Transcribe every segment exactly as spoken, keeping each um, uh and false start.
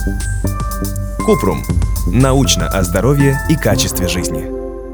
Купрум. Научно о здоровье и качестве жизни.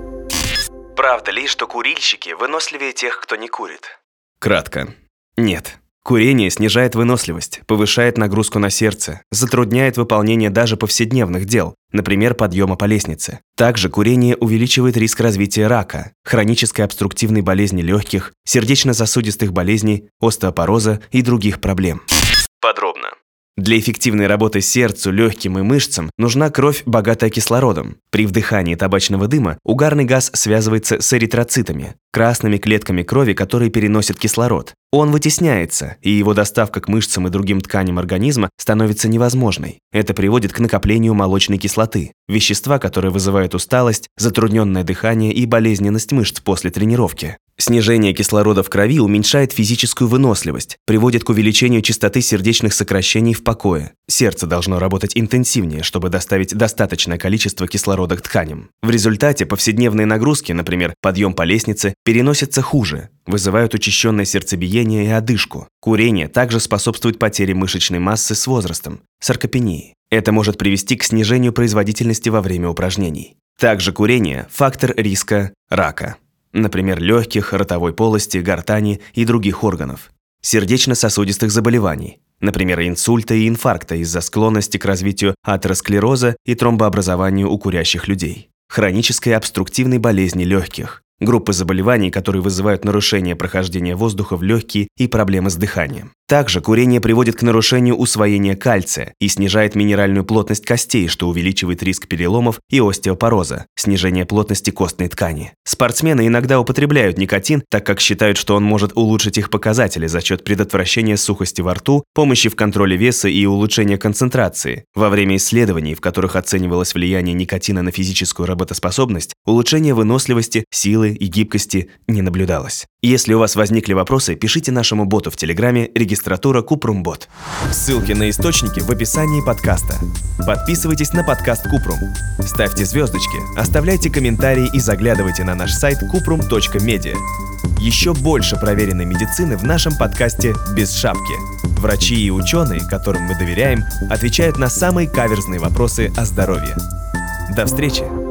Правда ли, что курильщики выносливее тех, кто не курит? Кратко. Нет. Курение снижает выносливость, повышает нагрузку на сердце, затрудняет выполнение даже повседневных дел, например, подъема по лестнице. Также курение увеличивает риск развития рака, хронической обструктивной болезни легких, сердечно-сосудистых болезней, остеопороза и других проблем. Подробно. Для эффективной работы сердцу, легким и мышцам нужна кровь, богатая кислородом. При вдыхании табачного дыма угарный газ связывается с эритроцитами, красными клетками крови, которые переносят кислород. Он вытесняется, и его доставка к мышцам и другим тканям организма становится невозможной. Это приводит к накоплению молочной кислоты, вещества, которое вызывает усталость, затрудненное дыхание и болезненность мышц после тренировки. Снижение кислорода в крови уменьшает физическую выносливость, приводит к увеличению частоты сердечных сокращений в покое. Сердце должно работать интенсивнее, чтобы доставить достаточное количество кислорода к тканям. В результате повседневные нагрузки, например, подъем по лестнице, переносятся хуже, вызывают учащенное сердцебиение и одышку. Курение также способствует потере мышечной массы с возрастом, саркопении. Это может привести к снижению производительности во время упражнений. Также курение – фактор риска рака. Например, легких, ротовой полости, гортани и других органов. Сердечно-сосудистых заболеваний, например, инсульта и инфаркта из-за склонности к развитию атеросклероза и тромбообразованию у курящих людей. Хронической обструктивной болезни легких. Группы заболеваний, которые вызывают нарушение прохождения воздуха в легкие и проблемы с дыханием. Также курение приводит к нарушению усвоения кальция и снижает минеральную плотность костей, что увеличивает риск переломов и остеопороза, снижение плотности костной ткани. Спортсмены иногда употребляют никотин, так как считают, что он может улучшить их показатели за счет предотвращения сухости во рту, помощи в контроле веса и улучшения концентрации. Во время исследований, в которых оценивалось влияние никотина на физическую работоспособность, улучшение выносливости, силы и гибкости не наблюдалось. Если у вас возникли вопросы, пишите нашему боту в Телеграме регистратура Купрумбот. Ссылки на источники в описании подкаста. Подписывайтесь на подкаст Купрум. Ставьте звездочки, оставляйте комментарии и заглядывайте на наш сайт купрум точка медиа. Еще больше проверенной медицины в нашем подкасте «Без шапки». Врачи и ученые, которым мы доверяем, отвечают на самые каверзные вопросы о здоровье. До встречи!